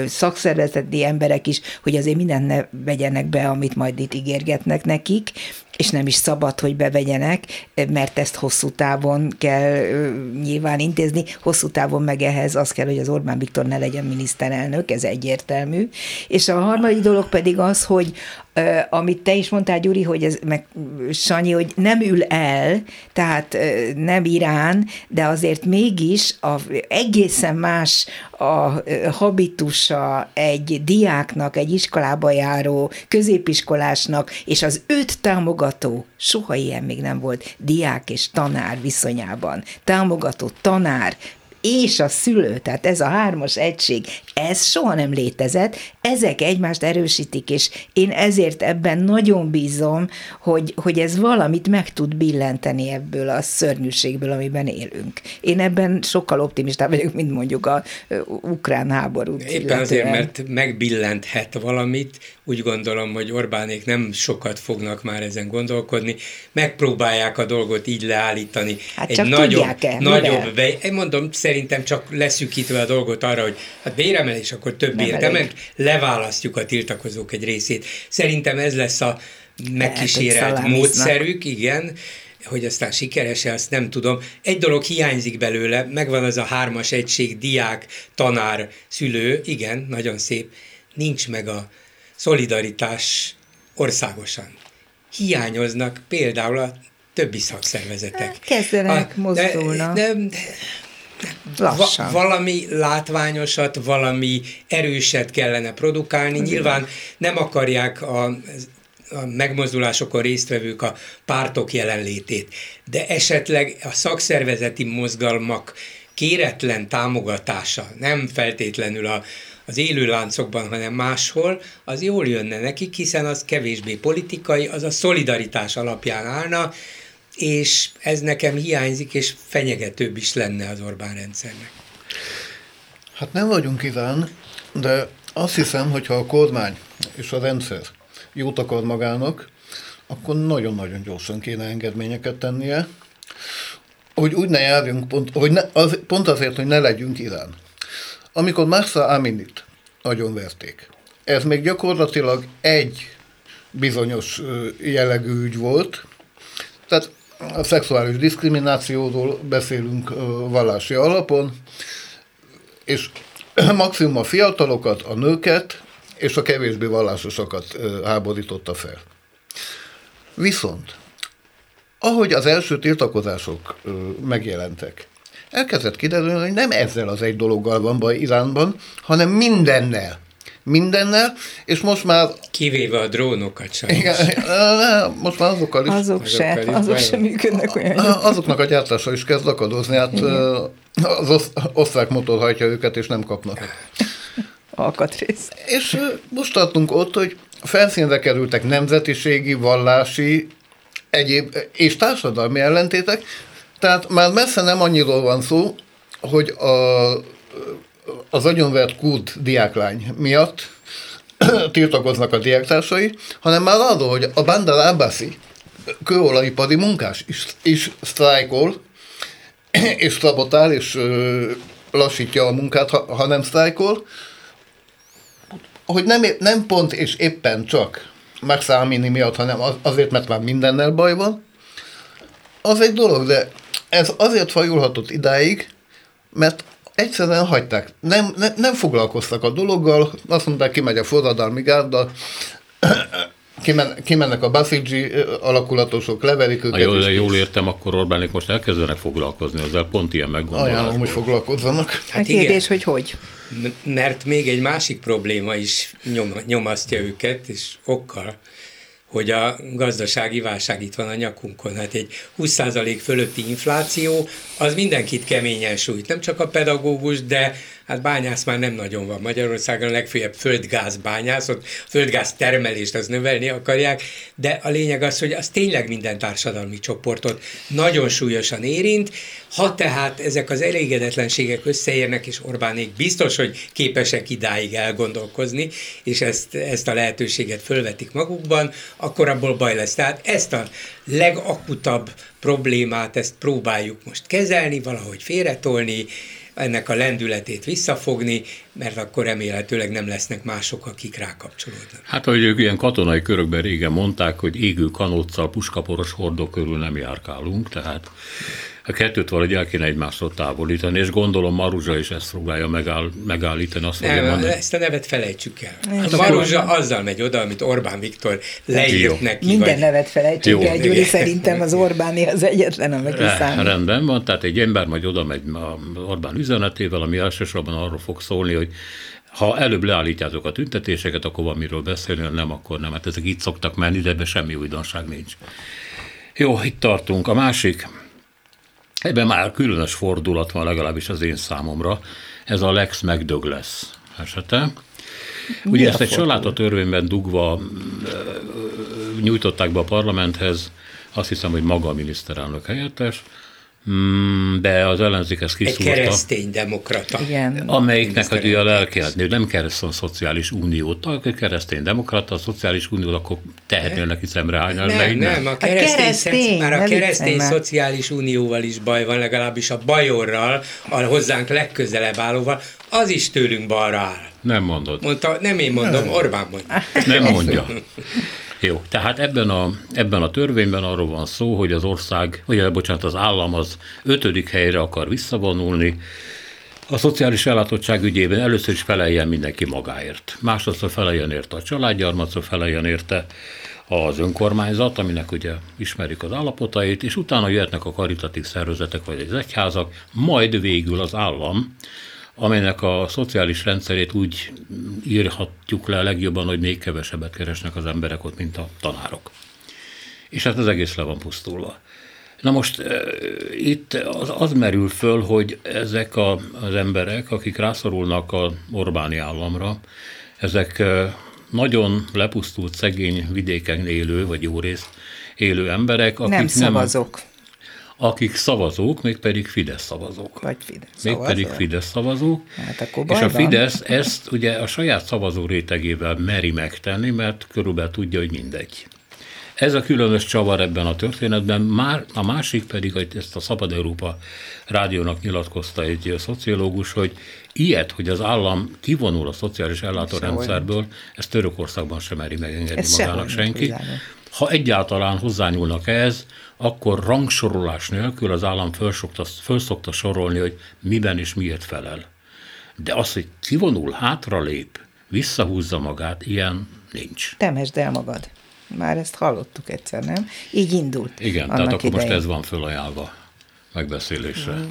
szakszervezeti emberek is, hogy azért mindent ne vegyenek be, amit majd itt ígérgetnek nekik. és nem is szabad, hogy bevegyenek, mert ezt hosszú távon kell nyilván intézni, hosszú távon meg ehhez az kell, hogy az Orbán Viktor ne legyen miniszterelnök, ez egyértelmű. És a harmadik dolog pedig az, hogy Uh, amit te is mondtál, Gyuri, hogy ez, meg Sanyi, hogy nem ül el, tehát uh, nem Irán, de azért mégis a, egészen más a uh, habitusa egy diáknak, egy iskolába járó középiskolásnak, és az őt támogató, soha ilyen még nem volt, diák és tanár viszonyában, támogató tanár, és a szülő, tehát ez a hármas egység, ez soha nem létezett, ezek egymást erősítik, és én ezért ebben nagyon bízom, hogy, hogy ez valamit meg tud billenteni ebből a szörnyűségből, amiben élünk. Én ebben sokkal optimistább vagyok, mint mondjuk a ukrán háborút. Éppen illetően. Azért, mert megbillenthet valamit, úgy gondolom, hogy Orbánék nem sokat fognak már ezen gondolkodni, megpróbálják a dolgot így leállítani. Hát egy csak nagyobb, tudják-e? nagyobb be, én mondom, szerintem csak leszűkítve a dolgot arra, hogy hát béremelés, akkor több értemek, leválasztjuk a tiltakozók egy részét. Szerintem ez lesz a megkísérelt módszerük, igen, hogy aztán sikeres-e, azt nem tudom. Egy dolog hiányzik belőle, megvan az a hármas egység, diák, tanár, szülő, igen, nagyon szép, nincs meg a szolidaritás országosan. Hiányoznak például a többi szakszervezetek. Kezdenek, mozdulnak. De, de, Va- valami látványosat, valami erőset kellene produkálni. Nyilván nem akarják a, a megmozdulásokon résztvevők a pártok jelenlétét, de esetleg a szakszervezeti mozgalmak kéretlen támogatása, nem feltétlenül a, az élőláncokban, hanem máshol, az jól jönne nekik, hiszen az kevésbé politikai, az a szolidaritás alapján állna, és ez nekem hiányzik, és fenyegetőbb is lenne az Orbán rendszernek. Hát nem vagyunk Irán, de azt hiszem, hogyha a kormány és a rendszer jót akar magának, akkor nagyon-nagyon gyorsan kéne engedményeket tennie, hogy úgy ne járjunk, pont, hogy ne, az, pont azért, hogy ne legyünk Irán. Amikor Mahsa Aminit agyon-verték, ez még gyakorlatilag egy bizonyos jellegű ügy volt, tehát a szexuális diszkriminációról beszélünk vallási alapon, és maximum a fiatalokat, a nőket és a kevésbé vallásosakat háborította fel. Viszont, ahogy az első tiltakozások megjelentek, elkezdett kiderülni, hogy nem ezzel az egy dologgal van baj Iránban, hanem mindennel. Mindennel, és most már... Kivéve a drónokat sajnos. Igen, most már azokkal is... Azok se, azok sem működnek olyan jól. Azoknak a gyártása is kezd akadozni, hát az osztrák motor hajtja őket, és nem kapnak. Alkatrész. És most tartunk ott, hogy felszínre kerültek nemzetiségi, vallási, egyéb és társadalmi ellentétek, tehát már messze nem annyiról van szó, hogy a, az agyonvert kurd diáklány miatt tiltakoznak a diáktársai, hanem már arról, hogy a Bandar Abbasi kőolajipari munkás is, is sztrájkol, és szabotál, és ö, lassítja a munkát, ha, ha nem sztrájkol, hogy nem, nem pont és éppen csak Mahsa Amini miatt, hanem az, azért, mert már mindennel baj van, az egy dolog, de ez azért fajulhatott idáig, mert egyszerűen hagyták. Nem, ne, nem foglalkoztak a dologgal, azt mondták, kimegy a forradalmi gárda, kimen, kimennek a Basiji alakulatosok, leverik őket. Ha jól, jól értem, akkor Orbánék most elkezdenek foglalkozni, ezzel pont ilyen meggondolásból. Ajánlom, hogy foglalkozzanak. Hát a kérdés, igen, hogy hogy? Mert még egy másik probléma is nyom, nyomasztja őket, és okkal, hogy a gazdasági válság itt van a nyakunkon. Hát egy húsz százalék fölötti infláció, az mindenkit keményen sújt. Nem csak a pedagógus, de hát bányász már nem nagyon van. Magyarországon a legfőjebb földgáz bányász, ott földgáz termelést az növelni akarják, de a lényeg az, hogy az tényleg minden társadalmi csoportot nagyon súlyosan érint. Ha tehát ezek az elégedetlenségek összeérnek, és Orbánék biztos, hogy képesek idáig elgondolkozni, és ezt, ezt a lehetőséget fölvetik magukban, akkor abból baj lesz. Tehát ezt a legakutabb problémát, ezt próbáljuk most kezelni, valahogy félretolni, ennek a lendületét visszafogni, mert akkor remélhetőleg nem lesznek mások, akik rákapcsolódnak. Hát, ahogy ők ilyen katonai körökben régen mondták, hogy égő kanóccal, puskaporos hordók körül nem járkálunk, tehát a kettőt valahogy el kéne egymástól távolítani, és gondolom Maruzsa is ezt próbálja megáll, megállítani. Azt nem, mondani. Ezt a nevet felejtsük el. Hát Maruzsa azzal megy oda, amit Orbán Viktor leírt neki. Minden vagy... nevet felejtsük el, Gyuri, szerintem az Orbáni az egyetlen, amelyik számít. Rendben van, tehát egy ember majd oda megy Orbán üzenetével, ami elsősorban arról fog szólni, hogy ha előbb leállítjátok a tüntetéseket, akkor van miről beszélni, nem, akkor nem. Hát ezek így szoktak menni, de ebben semmi újdonság nincs. Jó, itt tartunk. A másik, ebben már különös fordulat van, legalábbis az én számomra, ez a Lex McDouglas esete. Ugye Mi ezt egy családtörvényben dugva nyújtották be a parlamenthez, azt hiszem, hogy maga a miniszterelnök helyettes, de az ellenzék ezt kiszúrta. Egy kereszténydemokrata. Amelyiknek a dia lelkiátni, nem keresztény szociális uniót, a kereszténydemokrata, a szociális uniót, akkor tehetnél neki szemre hányal. Nem, nem, nem, a keresztény, a keresztény, már a keresztény szociális unióval is baj van, legalábbis a Bajorral, a hozzánk legközelebb állóval, az is tőlünk balra áll. Nem mondod. Mondta, nem én mondom, Orbán mondja. Nem mondja. Jó, tehát ebben a, ebben a törvényben arról van szó, hogy az ország, vagy bocsánat, az állam az ötödik helyre akar visszavonulni. A szociális ellátottság ügyében először is feleljen mindenki magáért. Másodszor feleljen érte a családja, harmadszor feleljen érte az önkormányzat, aminek ugye ismerik az állapotait, és utána jöhetnek a karitatív szervezetek vagy az egyházak, majd végül az állam, amelynek a szociális rendszerét úgy írhatjuk le legjobban, hogy még kevesebbet keresnek az emberek ott, mint a tanárok. És hát az egész le van pusztulva. Na most e, itt az, az merül föl, hogy ezek a, az emberek, akik rászorulnak az Orbáni államra, ezek e, nagyon lepusztult, szegény vidéken élő, vagy jó részt élő emberek, akik nem szavazók. Nem, akik szavazók, mégpedig Fidesz szavazók. Vagy Fidesz Mégpedig Fidesz szavazók. Hát akkor és a van. Fidesz ezt ugye a saját szavazó rétegével meri megtenni, mert körülbelül tudja, hogy mindegy. Ez a különös csavar ebben a történetben, már a másik pedig, hogy ezt a Szabad Európa rádiónak nyilatkozta egy szociológus, hogy ilyet, hogy az állam kivonul a szociális ellátórendszerből, ezt Törökországban sem meri megengedni ez magának senki. Ha egyáltalán hozzányúlnak ehhez, akkor rangsorolás nélkül az állam fölszokta, fölszokta sorolni, hogy miben és miért felel. De az, hogy kivonul, hátralép, visszahúzza magát, ilyen nincs. Temesd el magad. Már ezt hallottuk egyszer, nem? Így indult. Igen, tehát akkor idején. Most ez van fölajánlva megbeszélésre. Hmm.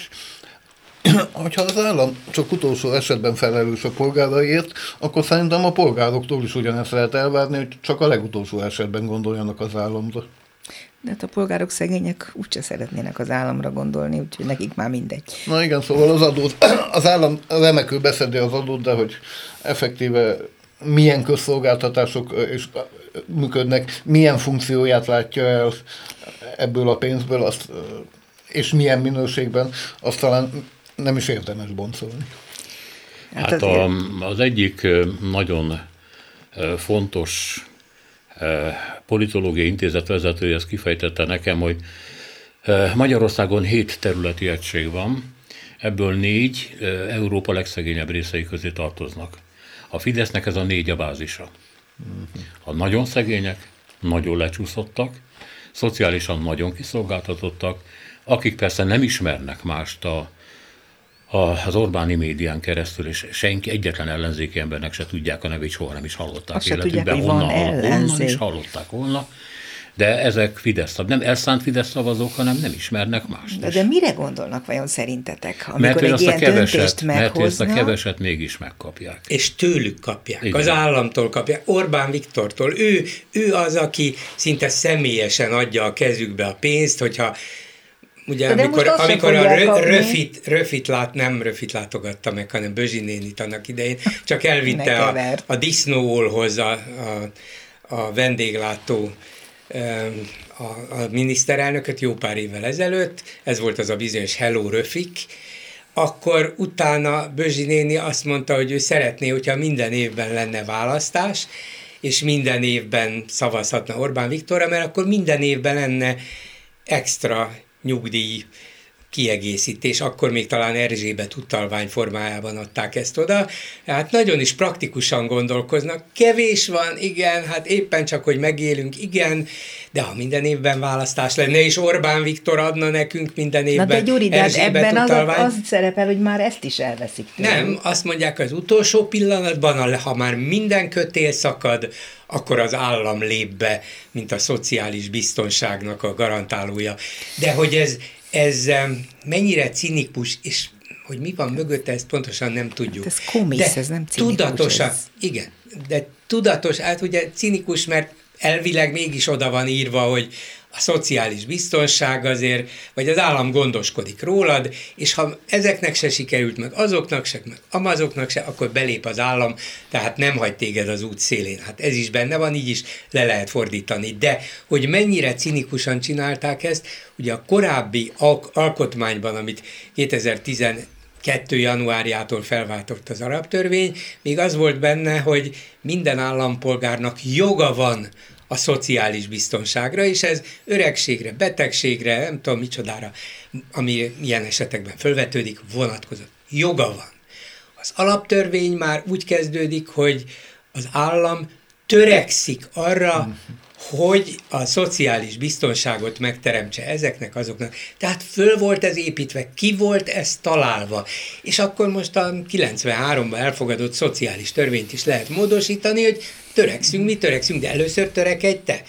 Hogyha az állam csak utolsó esetben felelős a polgáraiért, akkor szerintem a polgároktól is ugyanezt lehet elvárni, hogy csak a legutolsó esetben gondoljanak az államra. De hát a polgárok szegények úgyse szeretnének az államra gondolni, úgyhogy nekik már mindegy. Na igen, szóval az adót, az állam remekül beszedi az adót, de hogy effektíve milyen közszolgáltatások és működnek, milyen funkcióját látja el ebből a pénzből, azt, és milyen minőségben, azt talán nem is érdemes boncolni. Hát, hát a, az egyik nagyon fontos politológiai intézet vezetője ezt kifejtette nekem, hogy Magyarországon hét területi egység van, ebből négy Európa legszegényebb részei közé tartoznak. A Fidesznek ez a négy a bázisa. A nagyon szegények, nagyon lecsúszottak, szociálisan nagyon kiszolgáltatottak, akik persze nem ismernek mást a, a, az Orbáni médián keresztül, és senki, egyetlen ellenzéki embernek se tudják a nevét, soha nem is hallották azt életükben, honnan, honnan is hallották volna. De ezek Fidesz, nem elszánt Fidesz szavazók, hanem nem ismernek mást. De, de mire gondolnak vajon szerintetek, amikor mert egy ilyen keveset, döntést meghoznak? Mert ezt a keveset mégis megkapják. És tőlük kapják, igen. Az államtól kapják, Orbán Viktortól. Ő, ő az, aki szinte személyesen adja a kezükbe a pénzt, hogyha ugye de amikor, amikor a rö, röfit, röfit lát, nem röfit látogatta meg, hanem Bözsi nénit annak idején, csak elvitte a, a disznóolhoz a, a, a vendéglátó A, a miniszterelnököt jó pár évvel ezelőtt, ez volt az a bizonyos Hello Röfik, akkor utána Bözsi néni azt mondta, hogy ő szeretné, hogyha minden évben lenne választás, és minden évben szavazhatna Orbán Viktorra, mert akkor minden évben lenne extra nyugdíj kiegészítés, akkor még talán Erzsébet utalvány formájában adták ezt oda, hát nagyon is praktikusan gondolkoznak, kevés van, igen, hát éppen csak, hogy megélünk, igen, de ha minden évben választás lenne, és Orbán Viktor adna nekünk minden évben Na de Gyuri, de ebben az, utalvány, az szerepel, hogy már ezt is elveszik tőle. Nem, azt mondják az utolsó pillanatban, ha már minden kötél szakad, akkor az állam lép be, mint a szociális biztonságnak a garantálója. De hogy ez, ez mennyire cinikus, és hogy mi van mögötte, ezt pontosan nem tudjuk. Ez komisz, de ez nem cinikus. Tudatosan, ez. Igen, de tudatos, hát ugye cinikus, mert elvileg mégis oda van írva, hogy a szociális biztonság azért, vagy az állam gondoskodik rólad, és ha ezeknek se sikerült, meg azoknak se, meg amazoknak se, akkor belép az állam, tehát nem hagy téged az út szélén. Hát ez is benne van, így is le lehet fordítani. De hogy mennyire cinikusan csinálták ezt, ugye a korábbi al- alkotmányban, amit kétezer-tizenkettő januárjától felváltott az arab törvény, még az volt benne, hogy minden állampolgárnak joga van a szociális biztonságra, és ez öregségre, betegségre, nem tudom micsodára, ami ilyen esetekben fölvetődik, vonatkozott. Joga van. Az alaptörvény már úgy kezdődik, hogy az állam törekszik arra, hogy a szociális biztonságot megteremtse ezeknek, azoknak. Tehát föl volt ez építve, ki volt ez találva. És akkor most a kilencvenháromban elfogadott szociális törvényt is lehet módosítani, hogy törekszünk, mi törekszünk, de először törekedj te.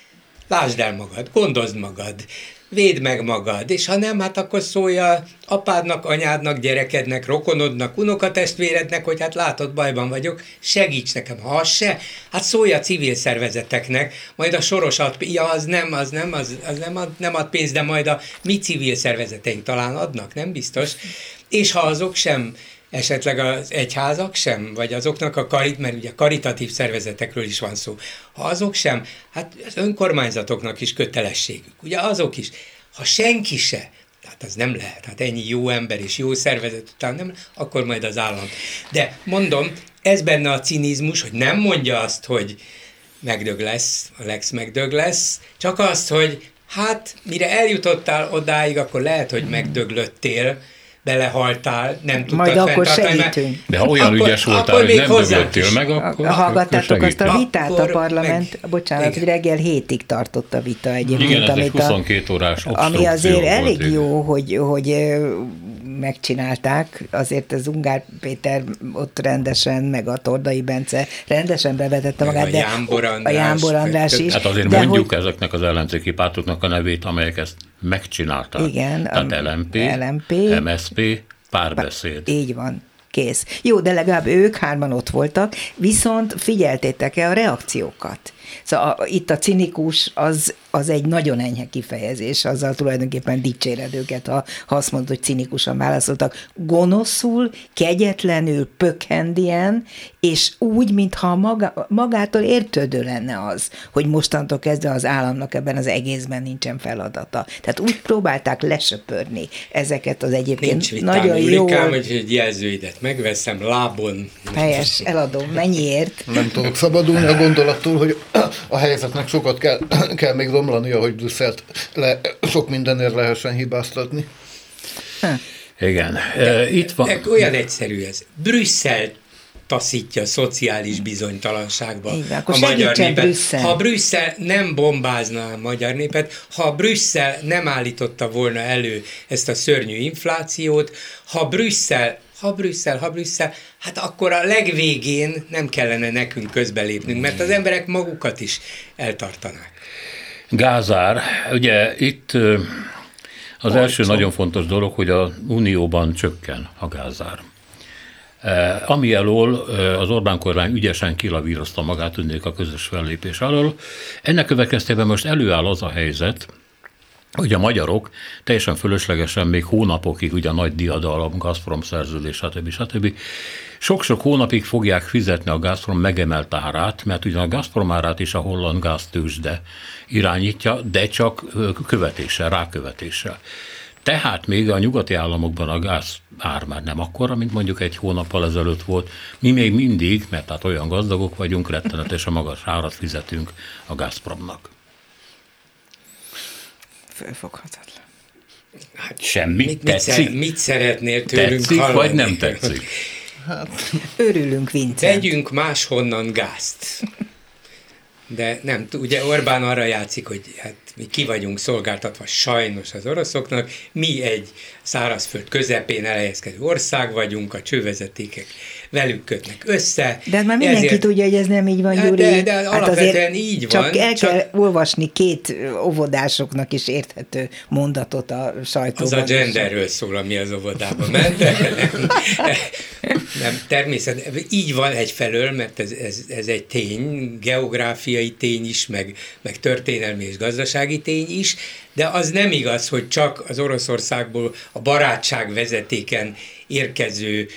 Lásd el magad, gondozd magad, védd meg magad, és ha nem, hát akkor szólja apádnak, anyádnak, gyerekednek, rokonodnak, unokatestvérednek, hogy hát látod, bajban vagyok, segíts nekem. Ha az se, hát szólj a civil szervezeteknek, majd a soros ad, ja, az nem, az nem, az, az nem, ad, nem ad pénzt, de majd a mi civil szervezeteink talán adnak, nem biztos. És ha azok sem, esetleg az egyházak sem, vagy azoknak a karit, mert ugye karitatív szervezetekről is van szó, ha azok sem, hát az önkormányzatoknak is kötelességük, ugye azok is, ha senki se, tehát az nem lehet, hát ennyi jó ember és jó szervezet után nem, akkor majd az állam. De mondom, ez benne a cinizmus, hogy nem mondja azt, hogy megdög lesz, a Lex megdög lesz, csak azt, hogy hát mire eljutottál odáig, akkor lehet, hogy megdöglöttél, belehaltál, nem tudtad majd akkor fenntartani. segítünk. De ha olyan akkor, ügyes voltál, akkor hogy nem döglöttél is. meg, akkor hallgattátok azt a vitát Akkor a parlament, meg, bocsánat, igen. hogy reggel hétig tartott a vita egyébként. Igen, ez egy amit huszonkét órás obstrukció ami azért volt, elég igen. jó, hogy, hogy megcsinálták, azért az Ungár Péter ott rendesen, meg a Tordai Bence rendesen bevetette Meg magát, a de Jámbor András, a Jámbor András is. Hát azért de mondjuk hogy, ezeknek az ellenzéki pártoknak a nevét, amelyek ezt megcsinálták. Igen, Tehát a el em pé, el em pé, em es zé pé, Párbeszéd. Így van. Kész. Jó, de legalább ők hárman ott voltak, viszont figyeltétek-e a reakciókat? Szóval a, itt a cinikus az, az egy nagyon enyhe kifejezés, azzal tulajdonképpen dicséred őket, ha, ha azt mondod, hogy cinikusan válaszoltak. Gonoszul, kegyetlenül, pökhendien, és úgy, mintha maga, magától értődő lenne az, hogy mostantól kezdve az államnak ebben az egészben nincsen feladata. Tehát úgy próbálták lesöpörni ezeket az egyébként Nincs vitám, nagyon jó... Jurikám, hogy jelzőidet megveszem lábon. Helyes, eladom. Mennyiért? Nem tudok szabadulni a gondolattól, hogy a helyzetnek sokat kell, kell még romlania, hogy Brüsszelt le, sok mindenért lehessen hibáztatni. Igen. De, Itt van. De olyan egyszerű ez. Brüsszel taszítja a szociális bizonytalanságba Igen, akkor a magyar népet. Brüsszel. Ha Brüsszel nem bombázná a magyar népet, ha Brüsszel nem állította volna elő ezt a szörnyű inflációt, ha Brüsszel ha Brüsszel, ha Brüsszel, hát akkor a legvégén nem kellene nekünk közbelépnünk, mert az emberek magukat is eltartanák. Gázár, ugye itt az első nagyon fontos dolog, hogy az Unióban csökken a gázár. Ami elől az Orbán kormány ügyesen kilavírozta magát, tűnik a közös fellépés alól. Ennek következtében most előáll az a helyzet, hogy a magyarok teljesen fölöslegesen még hónapokig, ugye a nagy diadalom, Gazprom szerződés, stb. stb. Sok-sok hónapig fogják fizetni a Gazprom megemelt árát, mert ugyan a Gazprom árát is a holland gáztőzsde irányítja, de csak követéssel, rákövetéssel. Tehát még a nyugati államokban a gáz ár már nem akkora, mint mondjuk egy hónappal ezelőtt volt. Mi még mindig, mert hát olyan gazdagok vagyunk, rettenetesen magas árat fizetünk a Gazpromnak. Fölfoghatatlan. Hát, Semmi? Mit, Tetszik? mit, mit szeretnél tőlünk Tetszik, hallani? vagy nem tetszik? Hát, Örülünk, Vincent. Vegyünk máshonnan gázt. De nem, ugye Orbán arra játszik, hogy hát mi ki vagyunk szolgáltatva sajnos az oroszoknak, mi egy szárazföld közepén elhelyezkedő ország vagyunk, a csővezetékek velük kötnek össze. De már mindenki ezért... tudja, hogy ez nem így van, Gyuri. De, de hát alapvetően így van. Csak el csak... kell olvasni két óvodásoknak is érthető mondatot a sajtóban. Az a genderről szól, ami az óvodába ment. Nem, nem, természetesen így van egyfelől, mert ez, ez, ez egy tény, geográfiai tény is, meg, meg történelmi és gazdasági tény is, de az nem igaz, hogy csak az Oroszországból a barátság vezetéken érkező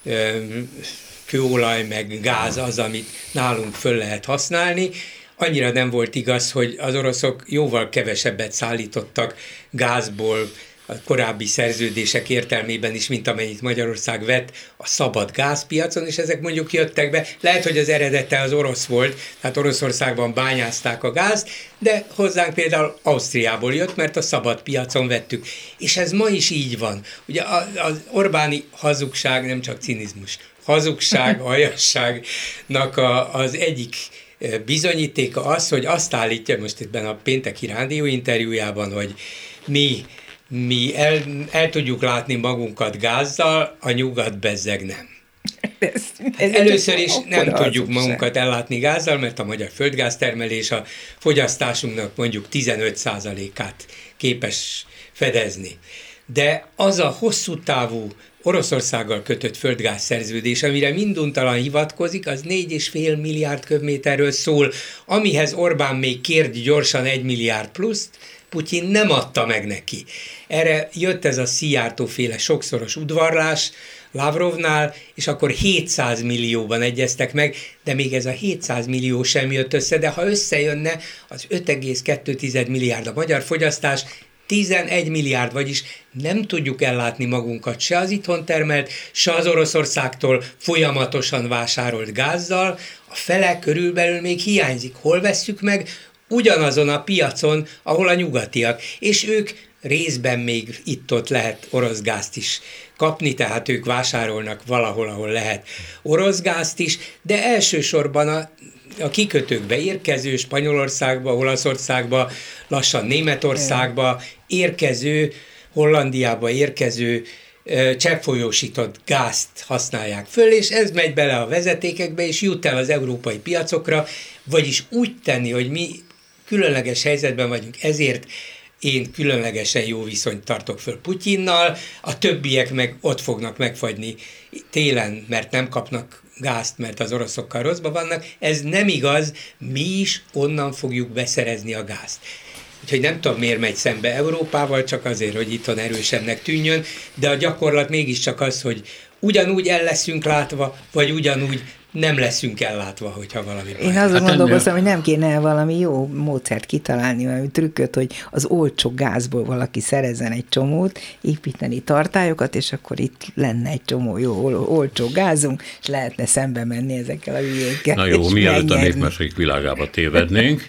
kőolaj meg gáz az, amit nálunk föl lehet használni. Annyira nem volt igaz, hogy az oroszok jóval kevesebbet szállítottak gázból a korábbi szerződések értelmében is, mint amennyit Magyarország vett a szabad gázpiacon, és ezek mondjuk jöttek be. Lehet, hogy az eredete az orosz volt, tehát Oroszországban bányázták a gázt, de hozzánk például Ausztriából jött, mert a szabad piacon vettük. És ez ma is így van. Ugye az Orbáni hazugság nem csak cinizmus, hazugság, aljasságnak a, az egyik bizonyítéka az, hogy azt állítja most ebben a pénteki rádió interjújában, hogy mi mi el, el tudjuk látni magunkat gázzal, a nyugat bezzeg nem. Ez, ez hát először is nem tudjuk hazugság. magunkat ellátni gázzal, mert a magyar földgáztermelés a fogyasztásunknak mondjuk tizenöt százalékát képes fedezni. De az a hosszú távú Oroszországgal kötött földgázszerződés, amire minduntalan hivatkozik, az négy és fél milliárd köbméterről szól, amihez Orbán még kért gyorsan egy milliárd pluszt, Putyin nem adta meg neki. Erre jött ez a Szijjártó-féle sokszoros udvarlás Lavrovnál, és akkor hétszáz millióban egyeztek meg, de még ez a hétszáz millió sem jött össze, de ha összejönne, az öt egész kettő milliárd a magyar fogyasztás, tizenegy milliárd, vagyis nem tudjuk ellátni magunkat se az itthon termelt, se az Oroszországtól folyamatosan vásárolt gázzal, a fele körülbelül még hiányzik. Hol vesszük meg? Ugyanazon a piacon, ahol a nyugatiak, és ők részben még itt-ott lehet orosz gázt is kapni, tehát ők vásárolnak valahol, ahol lehet orosz gázt is, de elsősorban a, a kikötőkbe érkező, Spanyolországba, Olaszországba, lassan Németországba érkező, Hollandiába érkező cseppfolyósított gázt használják föl, és ez megy bele a vezetékekbe, és jut el az európai piacokra, vagyis úgy tenni, hogy mi különleges helyzetben vagyunk, ezért én különlegesen jó viszonyt tartok föl Putyinnal, a többiek meg ott fognak megfagyni télen, mert nem kapnak gázt, mert az oroszokkal rosszban vannak. Ez nem igaz, mi is onnan fogjuk beszerezni a gázt. Úgyhogy nem tudom, miért megy szembe Európával, csak azért, hogy itthon erősebbnek tűnjön, de a gyakorlat mégiscsak az, hogy ugyanúgy el leszünk látva, vagy ugyanúgy nem leszünk ellátva, hogyha valami baj. Én azon hát gondolkoztam, hogy nem kéne valami jó módszert kitalálni, valami trükköt, hogy az olcsó gázból valaki szerezzen egy csomót, építeni tartályokat, és akkor itt lenne egy csomó jó olcsó gázunk, és lehetne szembe menni ezekkel a hülyékkel. Na jó, mielőtt a népmesék világába tévednénk.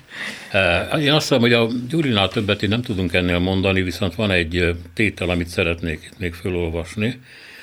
Én azt hiszem, hogy a Gyurinál többet én nem tudunk ennél mondani, viszont van egy tétel, amit szeretnék még felolvasni,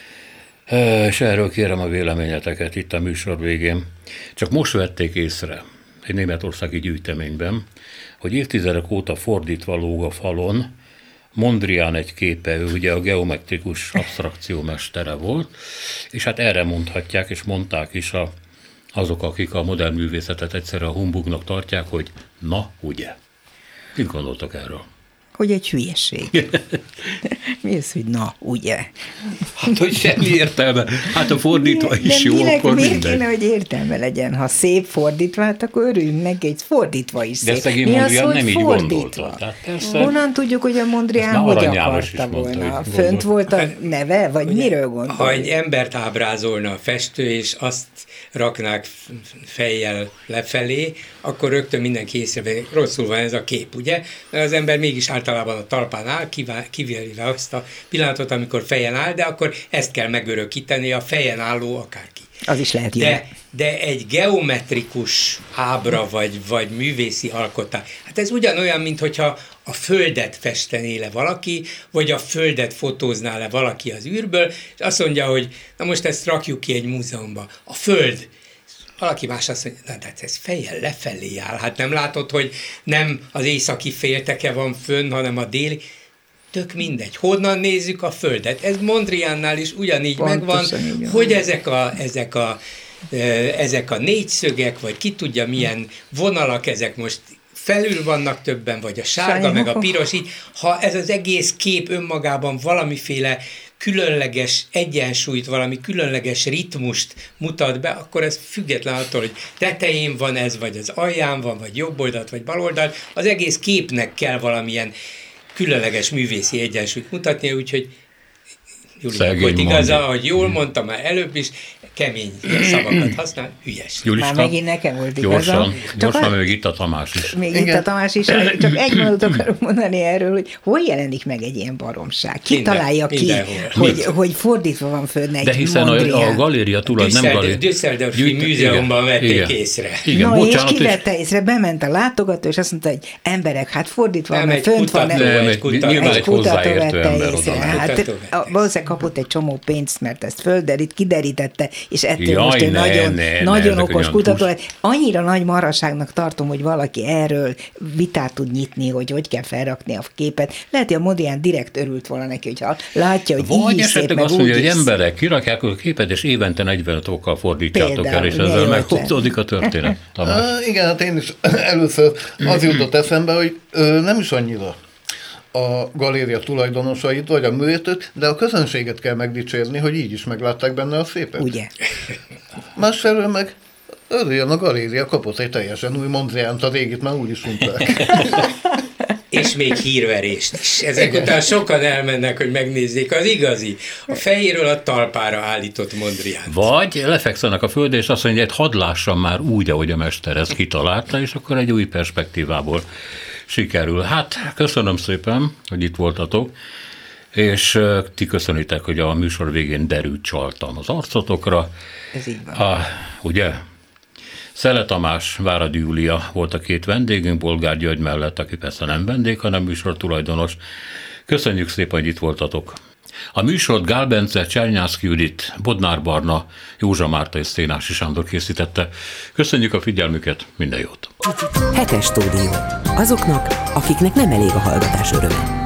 és erről kérem a véleményeteket itt a műsor végén. Csak most vették észre egy németországi gyűjteményben, hogy évtizedek óta fordítva lóg a falon Mondrian egy képe, ő ugye a geometrikus absztrakció mestere volt, és hát erre mondhatják, és mondták is a, azok, akik a modern művészetet egyszerre a humbugnak tartják, hogy na, ugye. Mit gondoltak erről? Hogy egy hülyeség. Mi az, hogy na, ugye? Hát, hogy semmi értelme. Hát a fordítva de, is de jó, minek, akkor miért mindegy. kéne, hogy értelme legyen? Ha szép fordítva, hát akkor örüljünk neki, hogy fordítva is szép. De szegény Mi az, Mondrian hogy nem így fordítva? gondolta. Tehát persze, Honnan tudjuk, hogy a Mondrian Ezt már hogy Arany János is akarta mondta, volna? hogy Fönt gondol. volt a neve, vagy Ugye, miről gondol? Ha egy embert ábrázolna a festő, és azt raknák fejjel lefelé, akkor rögtön mindenki észrevenni, rosszul van ez a kép, ugye? Mert az ember mégis általában a talpán áll, kivéve azt a pillanatot, amikor fejen áll, de akkor akkor ezt kell megörökíteni, a fejen álló akárki. Az is lehet jó. De, de egy geometrikus ábra, vagy, vagy művészi alkotás, hát ez ugyanolyan, mint hogyha a földet festené le valaki, vagy a földet fotózná le valaki az űrből, és azt mondja, hogy na most ezt rakjuk ki egy múzeumba. A föld. Valaki más azt mondja, na de ez fejjel lefelé áll. Hát nem látod, hogy nem az északi félteke van fönn, hanem a déli. Tök mindegy. Honnan nézzük a földet? Ez Mondriannál is ugyanígy pontosan megvan, igen. Hogy ezek a, ezek a ezek a négyszögek, vagy ki tudja milyen vonalak, ezek most felül vannak többen, vagy a sárga, Sajnálom. meg a piros, így, ha ez az egész kép önmagában valamiféle különleges egyensúlyt, valami különleges ritmust mutat be, akkor ez független attól, hogy tetején van ez, vagy az alján van, vagy jobb oldalt, vagy bal oldalt, az egész képnek kell valamilyen különleges művészi egyensúlyt mutatnia, úgyhogy Julinak volt igaza, hogy jól mondta már előbb is, kemény szavakat használ, hülyes. Juliska, már megint nekem volt igaza. Gyorsan, gyorsan még itt a Tamás is. Még Igen. itt a Tamás is. Csak egy mondatot akarok mondani erről, hogy hol jelenik meg egy ilyen baromság? Ki Minden, találja ki, hogy, hogy fordítva van földne egy De hiszen a, a galéria tulaj nem galéria. Düsseldorfi múzeumban vették Igen. észre. Igen, no, bocsánat, és ki vette észre, bement a látogató, és azt mondta, hogy emberek, hát fordítva van, mert fönt van. Egy kutató vette észre. Hát valószínűleg kapott egy csomó pénzt, mert ezt földerít, kiderítette, és ettől Jaj, most egy ne, nagyon, ne, nagyon ne, okos kutató. Annyira nagy marhaságnak tartom, hogy valaki erről vitát tud nyitni, hogy hogy kell felrakni a képet. Lehet, hogy a Modian direkt örült volna neki, hogyha látja, hogy Vagy így is szép, meg azt mondja, hogy is. emberek kirakják a képet, és évente negyvenöt okkal fordítsátok Például, el, és ezzel meghúzódik a történet. Uh, igen, hát én is először az jutott eszembe, hogy uh, nem is annyira a galéria tulajdonosait, vagy a művétőt, de a közönséget kell megdicsérni, hogy így is meglátták benne a szépet. Ugye? Másfelől meg örüljön a galéria, kapott egy teljesen új Mondriant, a régit már úgy is unták. És még hírverést is. Ezek után sokan elmennek, hogy megnézzék az igazi, a fejéről a talpára állított Mondriant. Vagy lefekszenek a földre, és azt mondja, hogy hadd lássam már úgy, ahogy a mester ezt kitalálta, és akkor egy új perspektívából sikerül. Hát, köszönöm szépen, hogy itt voltatok, és ti köszönitek, hogy a műsor végén derült csaltam az arcotokra. Ez így van. A, ugye? Szele Tamás, Váradi Júlia volt a két vendégünk, Bolgár György mellett, aki persze nem vendég, hanem műsor tulajdonos. Köszönjük szépen, hogy itt voltatok. A műsort Gál Bence, Csernyászki Judit, Bodnár Barna, Józsa Márta és Szénási Sándor készítette. Köszönjük a figyelmüket, minden jót! Hetes stúdió. Azoknak, akiknek nem elég a hallgatás öröme.